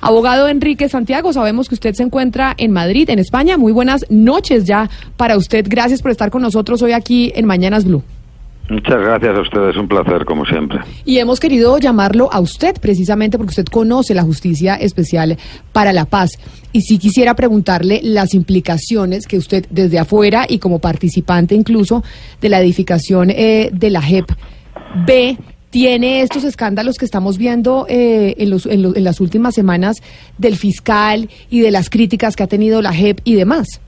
Abogado Enrique Santiago, sabemos que usted se encuentra en Madrid, en España. Muy buenas noches ya para usted. Gracias por estar con nosotros hoy aquí en Mañanas Blue. Muchas gracias a ustedes, un placer como siempre. Y hemos querido llamarlo a usted precisamente porque usted conoce la Justicia Especial para la Paz. Y sí quisiera preguntarle las implicaciones que usted desde afuera y como participante incluso de la edificación de la JEP ve, tiene estos escándalos que estamos viendo en las últimas semanas del fiscal y de las críticas que ha tenido la JEP y demás.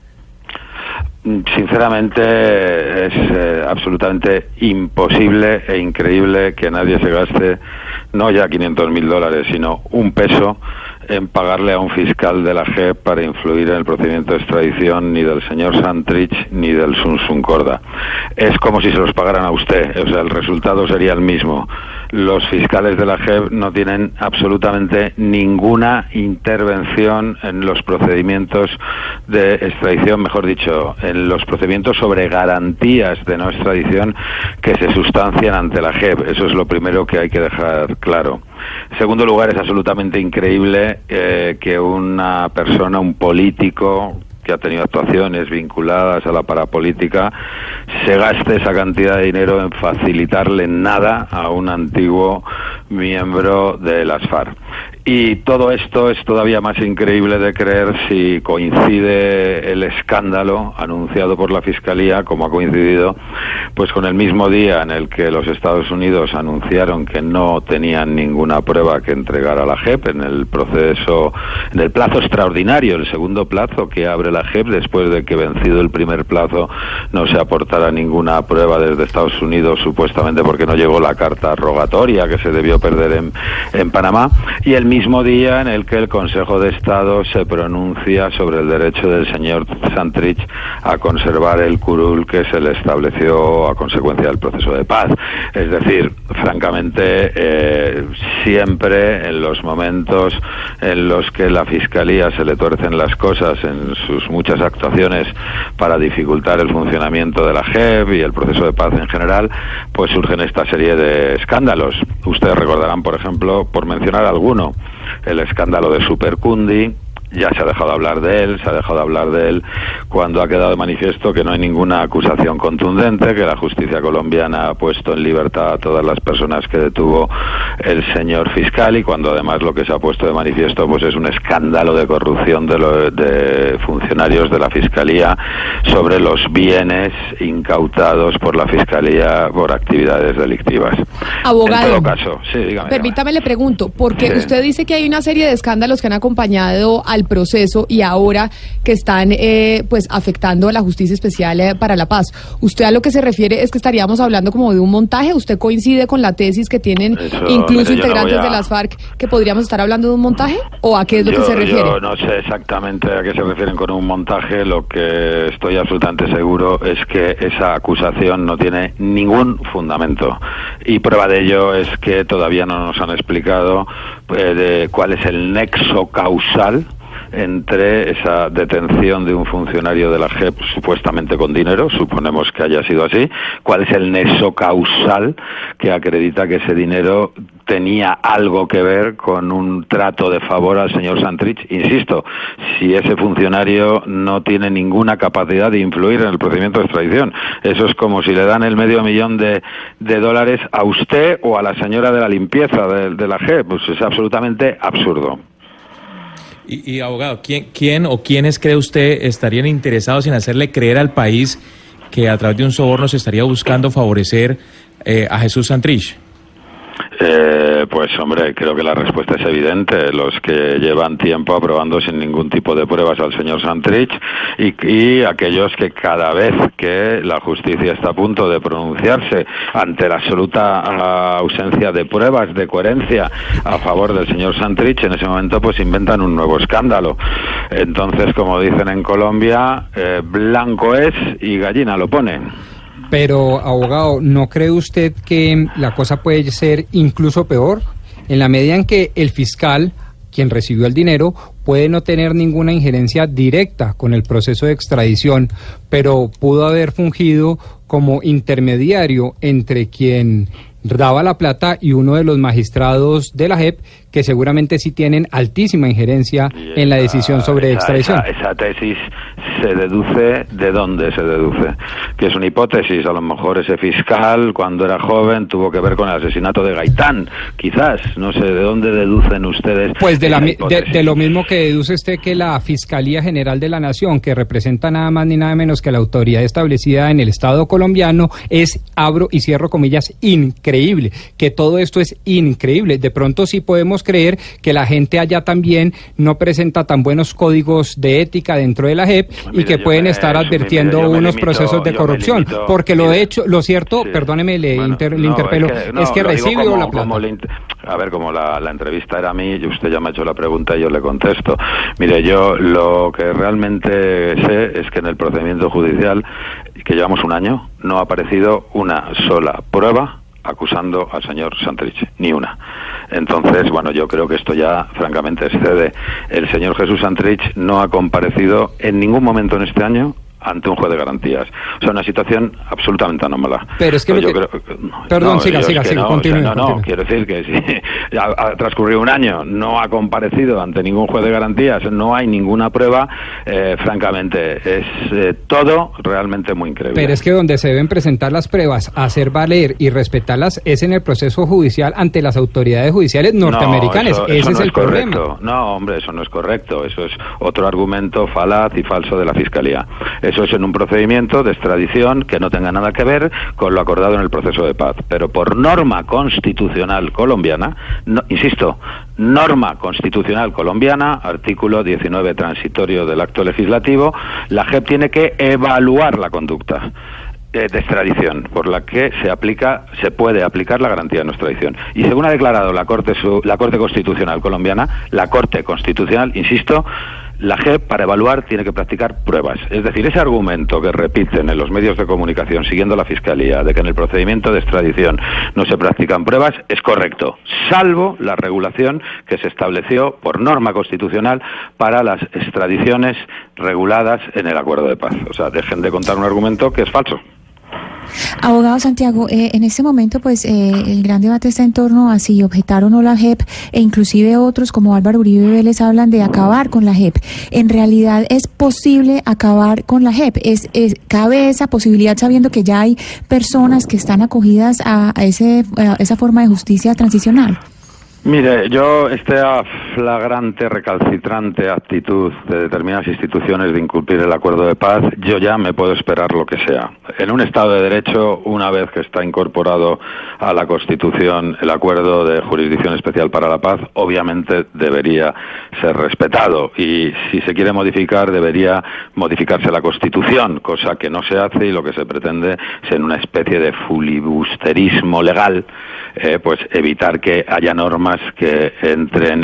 Sinceramente es absolutamente imposible e increíble que nadie se gaste no ya $500.000, sino un peso en pagarle a un fiscal de la JEP para influir en el procedimiento de extradición ni del señor Santrich ni del Sunsun Corda. Es como si se los pagaran a usted, o sea, el resultado sería el mismo. Los fiscales de la JEP no tienen absolutamente ninguna intervención en los procedimientos de extradición, mejor dicho, en los procedimientos sobre garantías de no extradición que se sustancian ante la JEP. Eso es lo primero que hay que dejar claro. En segundo lugar, es absolutamente increíble que una persona, un político que ha tenido actuaciones vinculadas a la parapolítica, se gaste esa cantidad de dinero en facilitarle nada a un antiguo miembro de las FARC. Y todo esto es todavía más increíble de creer si coincide el escándalo anunciado por la Fiscalía, como ha coincidido, pues con el mismo día en el que los Estados Unidos anunciaron que no tenían ninguna prueba que entregar a la JEP en el proceso, en el plazo extraordinario, el segundo plazo que abre la JEP después de que, vencido el primer plazo, no se aportara ninguna prueba desde Estados Unidos, supuestamente porque no llegó la carta rogatoria que se debió perder en Panamá, y el mismo día en el que el Consejo de Estado se pronuncia sobre el derecho del señor Santrich a conservar el curul que se le estableció a consecuencia del proceso de paz. Es decir, francamente, siempre en los momentos en los que la Fiscalía se le tuercen las cosas en sus muchas actuaciones para dificultar el funcionamiento de la JEP y el proceso de paz en general, pues surgen esta serie de escándalos. Ustedes recordarán, por ejemplo, por mencionar alguno, el escándalo de Supercundi. Ya se ha dejado de hablar de él, cuando ha quedado de manifiesto que no hay ninguna acusación contundente, que la justicia colombiana ha puesto en libertad a todas las personas que detuvo el señor fiscal, y cuando además lo que se ha puesto de manifiesto pues es un escándalo de corrupción de funcionarios de la Fiscalía sobre los bienes incautados por la Fiscalía por actividades delictivas. Abogado, en todo caso, sí, dígame. Permítame, le pregunto, porque usted dice que hay una serie de escándalos que han acompañado al proceso y ahora que están pues afectando a la Justicia Especial para la Paz. ¿Usted a lo que se refiere es que estaríamos hablando como de un montaje? ¿Usted coincide con la tesis que tienen incluso integrantes de las FARC que podríamos estar hablando de un montaje? ¿O a qué es lo que se refiere? Yo no sé exactamente a qué se refieren con un montaje. Lo que estoy absolutamente seguro es que esa acusación no tiene ningún fundamento. Y prueba de ello es que todavía no nos han explicado cuál es el nexo causal entre esa detención de un funcionario de la JEP supuestamente con dinero, suponemos que haya sido así, cuál es el nexo causal que acredita que ese dinero tenía algo que ver con un trato de favor al señor Santrich. Insisto, si ese funcionario no tiene ninguna capacidad de influir en el procedimiento de extradición, eso es como si le dan el $500,000 a usted o a la señora de la limpieza de la JEP, pues es absolutamente absurdo. Y abogado, ¿quién o quiénes cree usted estarían interesados en hacerle creer al país que a través de un soborno se estaría buscando favorecer a Jesús Santrich? Pues hombre, creo que la respuesta es evidente. Los que llevan tiempo aprobando sin ningún tipo de pruebas al señor Santrich y aquellos que cada vez que la justicia está a punto de pronunciarse ante la absoluta ausencia de pruebas de coherencia a favor del señor Santrich, en ese momento pues inventan un nuevo escándalo. Entonces, como dicen en Colombia, blanco es y gallina lo pone. Pero, abogado, ¿no cree usted que la cosa puede ser incluso peor? En la medida en que el fiscal, quien recibió el dinero, puede no tener ninguna injerencia directa con el proceso de extradición, pero pudo haber fungido como intermediario entre quien daba la plata y uno de los magistrados de la JEP que seguramente sí tienen altísima injerencia en la decisión sobre extradición. Esa tesis se deduce, ¿de dónde se deduce? Que es una hipótesis, a lo mejor ese fiscal cuando era joven tuvo que ver con el asesinato de Gaitán, quizás, no sé, ¿de dónde deducen ustedes? Pues de lo mismo que deduce usted que la Fiscalía General de la Nación, que representa nada más ni nada menos que la autoridad establecida en el Estado colombiano, es, abro y cierro comillas, increíble, que todo esto es increíble. De pronto sí podemos creer que la gente allá también no presenta tan buenos códigos de ética dentro de la JEP y que pueden estar advirtiendo unos procesos de corrupción, porque lo cierto, perdóneme, le interpelo, es que recibió la plata. A ver, como la entrevista era a mí, y usted ya me ha hecho la pregunta y yo le contesto. Mire, yo lo que realmente sé es que en el procedimiento judicial, que llevamos un año, no ha aparecido una sola prueba acusando al señor Santrich, ni una. Entonces, bueno, yo creo que esto ya francamente excede. El señor Jesús Santrich no ha comparecido en ningún momento en este año ante un juez de garantías. O sea, una situación absolutamente anómala. Pero es que continúe. Quiero decir que si ha transcurrido un año, no ha comparecido ante ningún juez de garantías, no hay ninguna prueba, francamente, es todo realmente muy increíble. Pero es que donde se deben presentar las pruebas, hacer valer y respetarlas, es en el proceso judicial ante las autoridades judiciales norteamericanas. Ese es el problema. No, hombre, eso no es correcto. Eso es otro argumento falaz y falso de la Fiscalía. Eso es en un procedimiento de extradición que no tenga nada que ver con lo acordado en el proceso de paz. Pero por norma constitucional colombiana, insisto, norma constitucional colombiana, artículo 19 transitorio del acto legislativo, la JEP tiene que evaluar la conducta de extradición por la que se puede aplicar la garantía de no extradición. Y según ha declarado la Corte Constitucional colombiana, la Corte Constitucional, insisto, la JEP para evaluar tiene que practicar pruebas. Es decir, ese argumento que repiten en los medios de comunicación siguiendo la Fiscalía de que en el procedimiento de extradición no se practican pruebas es correcto, salvo la regulación que se estableció por norma constitucional para las extradiciones reguladas en el acuerdo de paz. O sea, dejen de contar un argumento que es falso. Abogado Santiago, en este momento pues el gran debate está en torno a si objetar o no la JEP, e inclusive otros como Álvaro Uribe Vélez hablan de acabar con la JEP. ¿En realidad es posible acabar con la JEP? ¿Cabe esa posibilidad sabiendo que ya hay personas que están acogidas a esa forma de justicia transicional? Mire, yo esta flagrante, recalcitrante actitud de determinadas instituciones de incumplir el acuerdo de paz, yo ya me puedo esperar lo que sea. En un Estado de Derecho, una vez que está incorporado a la Constitución el acuerdo de jurisdicción especial para la paz, obviamente debería ser respetado. Y si se quiere modificar, debería modificarse la Constitución, cosa que no se hace y lo que se pretende es en una especie de filibusterismo legal, pues evitar que haya normas que entren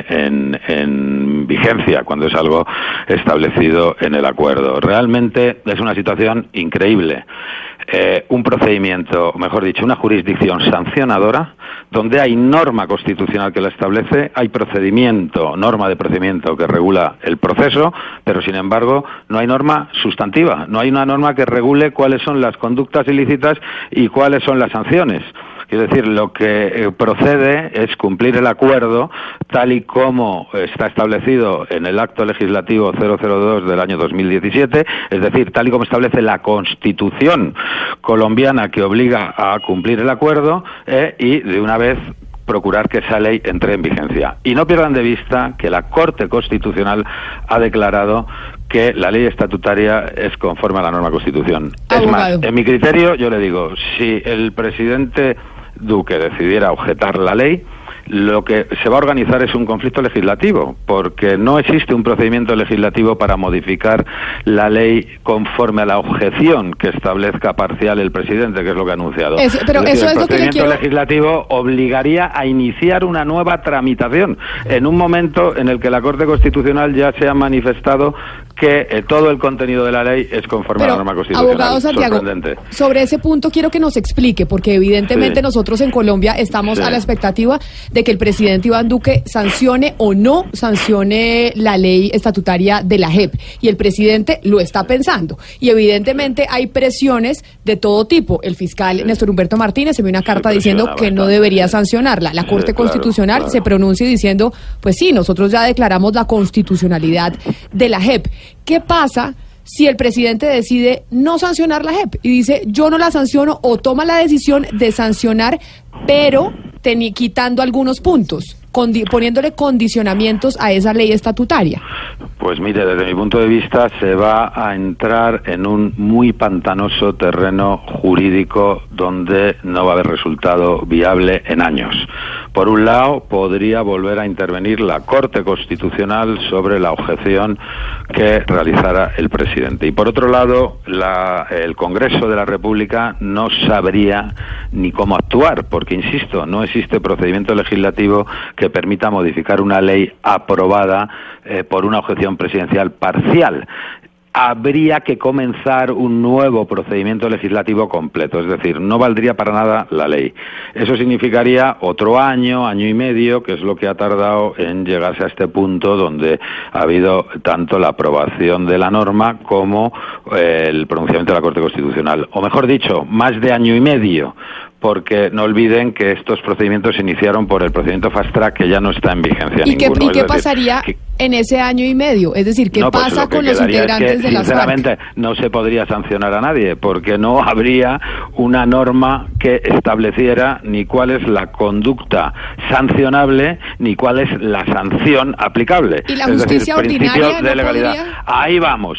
en vigencia cuando es algo establecido en el acuerdo. Realmente es una situación increíble. Un procedimiento, mejor dicho, una jurisdicción sancionadora donde hay norma constitucional que la establece, hay norma de procedimiento que regula el proceso, pero sin embargo no hay norma sustantiva, no hay una norma que regule cuáles son las conductas ilícitas y cuáles son las sanciones. Quiero decir, lo que procede es cumplir el acuerdo tal y como está establecido en el acto legislativo 002 del año 2017, es decir, tal y como establece la Constitución colombiana que obliga a cumplir el acuerdo y de una vez procurar que esa ley entre en vigencia. Y no pierdan de vista que la Corte Constitucional ha declarado que la ley estatutaria es conforme a la norma Constitución. Es más, en mi criterio, yo le digo, si el presidente Duque decidiera objetar la ley, lo que se va a organizar es un conflicto legislativo, porque no existe un procedimiento legislativo para modificar la ley conforme a la objeción que establezca parcial el presidente, que es lo que ha anunciado. El procedimiento legislativo obligaría a iniciar una nueva tramitación en un momento en el que la Corte Constitucional ya se ha manifestado que todo el contenido de la ley es conforme a la norma constitucional. Abogado Santiago, sobre ese punto quiero que nos explique, porque evidentemente nosotros en Colombia estamos a la expectativa de que el presidente Iván Duque sancione o no sancione la ley estatutaria de la JEP. Y el presidente lo está pensando. Y evidentemente hay presiones de todo tipo. El fiscal Néstor Humberto Martínez envió una carta diciendo que no debería sancionarla. La Corte Constitucional se pronuncia diciendo, pues sí, nosotros ya declaramos la constitucionalidad de la JEP. ¿Qué pasa si el presidente decide no sancionar la JEP y dice yo no la sanciono, o toma la decisión de sancionar pero quitando algunos puntos, poniéndole condicionamientos a esa ley estatutaria? Pues mire, desde mi punto de vista se va a entrar en un muy pantanoso terreno jurídico donde no va a haber resultado viable en años. Por un lado, podría volver a intervenir la Corte Constitucional sobre la objeción que realizara el presidente. Y por otro lado, el Congreso de la República no sabría ni cómo actuar, porque, insisto, no existe procedimiento legislativo que permita modificar una ley aprobada por una objeción presidencial parcial. Habría que comenzar un nuevo procedimiento legislativo completo, es decir, no valdría para nada la ley. Eso significaría otro año, año y medio, que es lo que ha tardado en llegarse a este punto donde ha habido tanto la aprobación de la norma como el pronunciamiento de la Corte Constitucional. O mejor dicho, más de año y medio, porque no olviden que estos procedimientos se iniciaron por el procedimiento Fast Track, que ya no está en vigencia ninguno. ¿Y qué pasaría en ese año y medio? Es decir, ¿qué pasa con los integrantes de las FARC? Sinceramente, no se podría sancionar a nadie, porque no habría una norma que estableciera ni cuál es la conducta sancionable, ni cuál es la sanción aplicable. ¿Y la justicia ordinaria de legalidad? Ahí vamos.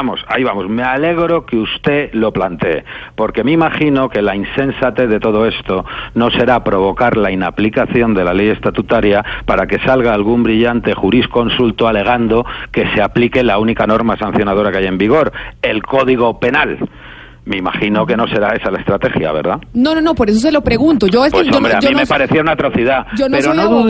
Me alegro que usted lo plantee, porque me imagino que la insensatez de todo esto no será provocar la inaplicación de la ley estatutaria para que salga algún brillante jurisconsulto alegando que se aplique la única norma sancionadora que hay en vigor, el Código Penal. Me imagino que no será esa la estrategia, ¿verdad? No, por eso se lo pregunto. A mí me parecía una atrocidad. Pero no dude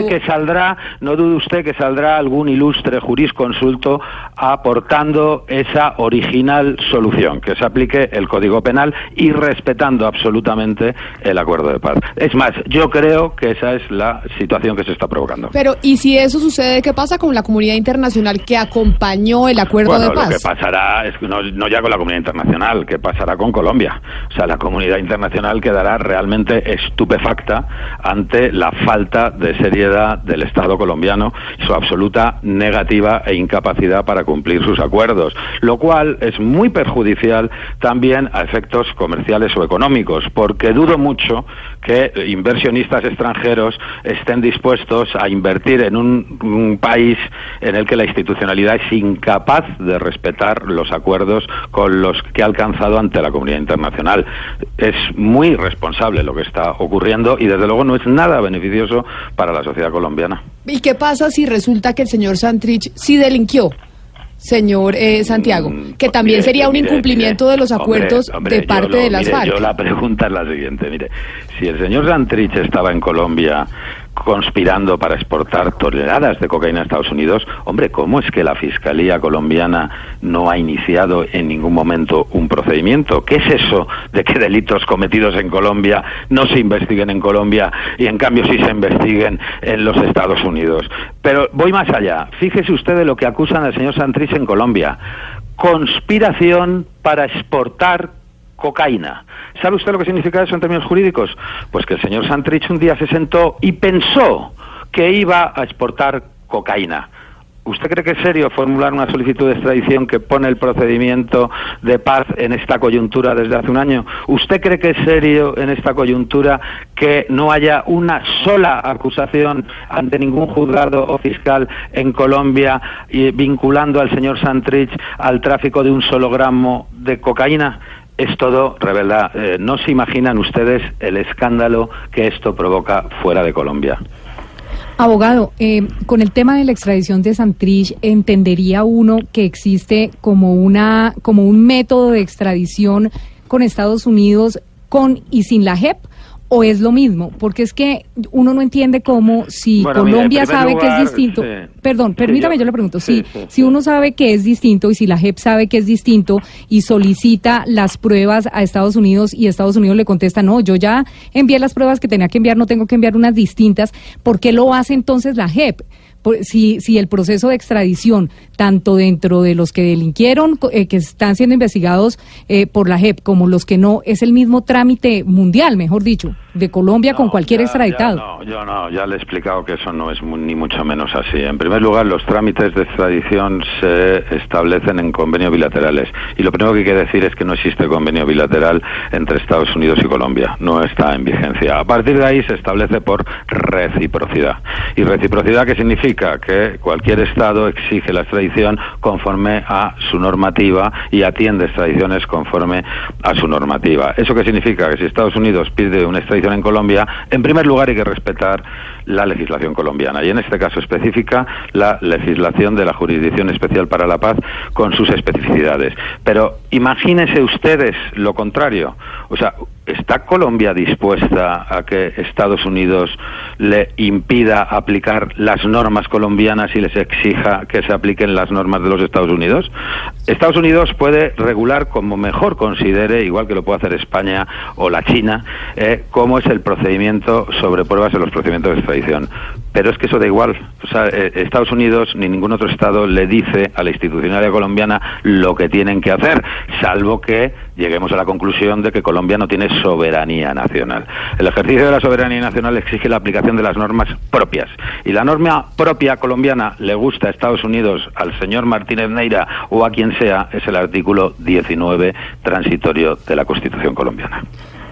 usted que saldrá algún ilustre jurisconsulto aportando esa original solución, que se aplique el Código Penal y respetando absolutamente el acuerdo de paz. Es más, yo creo que esa es la situación que se está provocando. Pero, ¿y si eso sucede, qué pasa con la comunidad internacional que acompañó el acuerdo de paz? Lo que pasará es que no ya con la comunidad internacional, que pasará con Colombia. O sea, la comunidad internacional quedará realmente estupefacta ante la falta de seriedad del Estado colombiano, su absoluta negativa e incapacidad para cumplir sus acuerdos, lo cual es muy perjudicial también a efectos comerciales o económicos, porque dudo mucho que inversionistas extranjeros estén dispuestos a invertir en un país en el que la institucionalidad es incapaz de respetar los acuerdos con los que ha alcanzado ante la comunidad internacional. Es muy irresponsable lo que está ocurriendo y desde luego no es nada beneficioso para la sociedad colombiana. ¿Y qué pasa si resulta que el señor Santrich sí delinquió, señor Santiago? Que también sería un incumplimiento de los acuerdos de parte de las FARC. La pregunta es la siguiente, si el señor Santrich estaba en Colombia conspirando para exportar toneladas de cocaína a Estados Unidos, ¿cómo es que la Fiscalía colombiana no ha iniciado en ningún momento un procedimiento? ¿Qué es eso de que delitos cometidos en Colombia no se investiguen en Colombia y en cambio sí se investiguen en los Estados Unidos? Pero voy más allá. Fíjese usted de lo que acusan al señor Santrich en Colombia: conspiración para exportar cocaína. ¿Sabe usted lo que significa eso en términos jurídicos? Pues que el señor Santrich un día se sentó y pensó que iba a exportar cocaína. ¿Usted cree que es serio formular una solicitud de extradición que pone el procedimiento de paz en esta coyuntura desde hace un año? ¿Usted cree que es serio en esta coyuntura que no haya una sola acusación ante ningún juzgado o fiscal en Colombia vinculando al señor Santrich al tráfico de un solo gramo de cocaína? Es todo revelar. No se imaginan ustedes el escándalo que esto provoca fuera de Colombia. Abogado, con el tema de la extradición de Santrich, ¿entendería uno que existe como un método de extradición con Estados Unidos con y sin la JEP? ¿O es lo mismo? Porque es que uno no entiende cómo, si Colombia sabe que es distinto. Perdón, permítame, yo le pregunto. Si uno sabe que es distinto y si la JEP sabe que es distinto y solicita las pruebas a Estados Unidos y Estados Unidos le contesta, no, yo ya envié las pruebas que tenía que enviar, no tengo que enviar unas distintas, ¿por qué lo hace entonces la JEP? Si el proceso de extradición, tanto dentro de los que delinquieron, que están siendo investigados por la JEP, como los que no, es el mismo trámite mundial, mejor dicho, de Colombia con cualquier extraditado. Ya le he explicado que eso no es ni mucho menos así. En primer lugar, los trámites de extradición se establecen en convenios bilaterales. Y lo primero que hay que decir es que no existe convenio bilateral entre Estados Unidos y Colombia. No está en vigencia. A partir de ahí se establece por reciprocidad. ¿Y reciprocidad qué significa? Que cualquier Estado exige la extradición conforme a su normativa y atiende extradiciones conforme a su normativa. ¿Eso qué significa? Que si Estados Unidos pide una extradición en Colombia, en primer lugar hay que respetar la legislación colombiana y en este caso específica la legislación de la Jurisdicción Especial para la Paz con sus especificidades. Pero imagínense ustedes lo contrario. O sea, ¿está Colombia dispuesta a que Estados Unidos le impida aplicar las normas colombianas y les exija que se apliquen las normas de los Estados Unidos? Estados Unidos puede regular como mejor considere, igual que lo puede hacer España o la China, cómo es el procedimiento sobre pruebas en los procedimientos de extradición. Pero es que eso da igual. O sea, Estados Unidos ni ningún otro Estado le dice a la institucionalidad colombiana lo que tienen que hacer, salvo que lleguemos a la conclusión de que Colombia no tiene soberanía nacional. El ejercicio de la soberanía nacional exige la aplicación de las normas propias. Y la norma propia colombiana le gusta a Estados Unidos, al señor Martínez Neira o a quien sea, es el artículo 19 transitorio de la Constitución colombiana.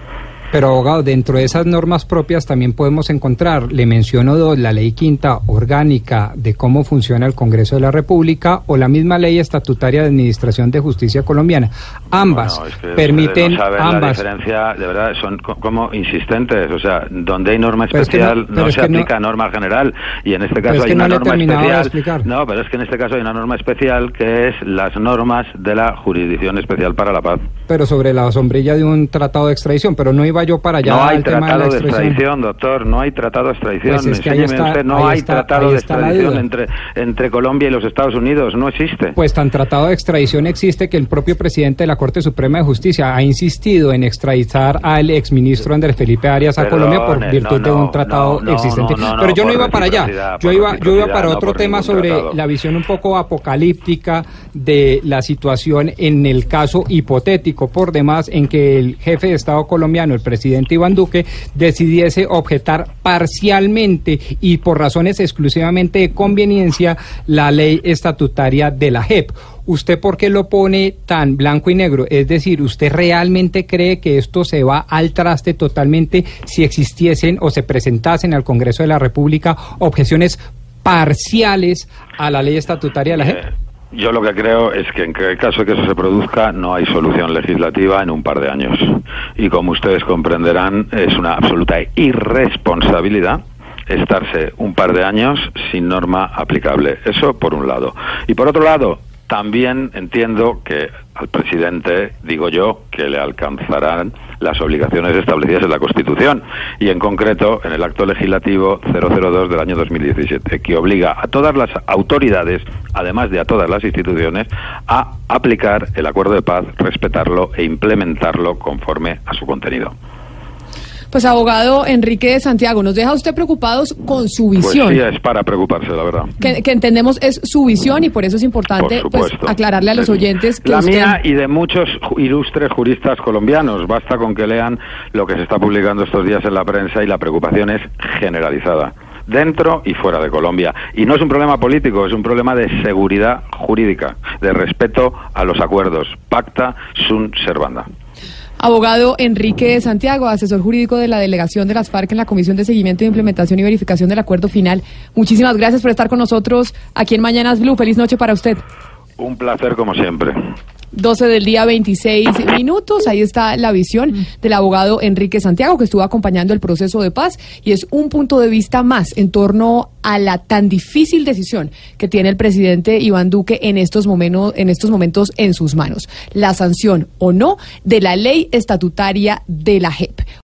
Pero, abogado, dentro de esas normas propias también podemos encontrar, le menciono dos, la ley quinta orgánica de cómo funciona el Congreso de la República o la misma ley estatutaria de administración de justicia colombiana. Ambas permiten, la diferencia, de verdad, son como insistentes. O sea, donde hay norma especial no se aplica norma general y en este caso hay una norma especial. No, pero es que en este caso hay una norma especial que es las normas de la Jurisdicción Especial para la Paz. Pero sobre la sombrilla de un tratado de extradición, pero no iba yo para allá. No hay tratado de extradición, doctor, no hay tratado de extradición. Pues es que no hay tratado de extradición entre Colombia y los Estados Unidos, no existe. Pues tan tratado de extradición existe que el propio presidente de la Corte Suprema de Justicia ha insistido en extraditar al exministro Andrés Felipe Arias a Colombia por virtud de un tratado existente. Pero yo no iba para allá, yo iba para otro tema sobre la visión un poco apocalíptica de la situación en el caso hipotético, por demás, en que el jefe de Estado colombiano, el presidente Iván Duque, decidiese objetar parcialmente y por razones exclusivamente de conveniencia la ley estatutaria de la JEP. ¿Usted por qué lo pone tan blanco y negro? Es decir, ¿usted realmente cree que esto se va al traste totalmente si existiesen o se presentasen al Congreso de la República objeciones parciales a la ley estatutaria de la JEP? Yo lo que creo es que en el caso de que eso se produzca no hay solución legislativa en un par de años. Y como ustedes comprenderán, es una absoluta irresponsabilidad estarse un par de años sin norma aplicable. Eso por un lado. Y por otro lado, también entiendo que al presidente, digo yo, que le alcanzarán las obligaciones establecidas en la Constitución y en concreto en el acto legislativo 002 del año 2017, que obliga a todas las autoridades, además de a todas las instituciones, a aplicar el acuerdo de paz, respetarlo e implementarlo conforme a su contenido. Pues, abogado Enrique de Santiago, nos deja usted preocupados con su visión. Pues sí, es para preocuparse, la verdad. Que entendemos es su visión y por eso es importante aclararle a los oyentes que la mía y de muchos ilustres juristas colombianos. Basta con que lean lo que se está publicando estos días en la prensa y la preocupación es generalizada, dentro y fuera de Colombia. Y no es un problema político, es un problema de seguridad jurídica, de respeto a los acuerdos. Pacta sunt servanda. Abogado Enrique de Santiago, asesor jurídico de la delegación de las FARC en la Comisión de Seguimiento, Implementación y Verificación del Acuerdo Final. Muchísimas gracias por estar con nosotros aquí en Mañanas Blue. Feliz noche para usted. Un placer como siempre. 12 del día, 26 minutos. Ahí está la visión del abogado Enrique Santiago, que estuvo acompañando el proceso de paz, y es un punto de vista más en torno a la tan difícil decisión que tiene el presidente Iván Duque en estos momentos en sus manos: la sanción o no de la ley estatutaria de la JEP.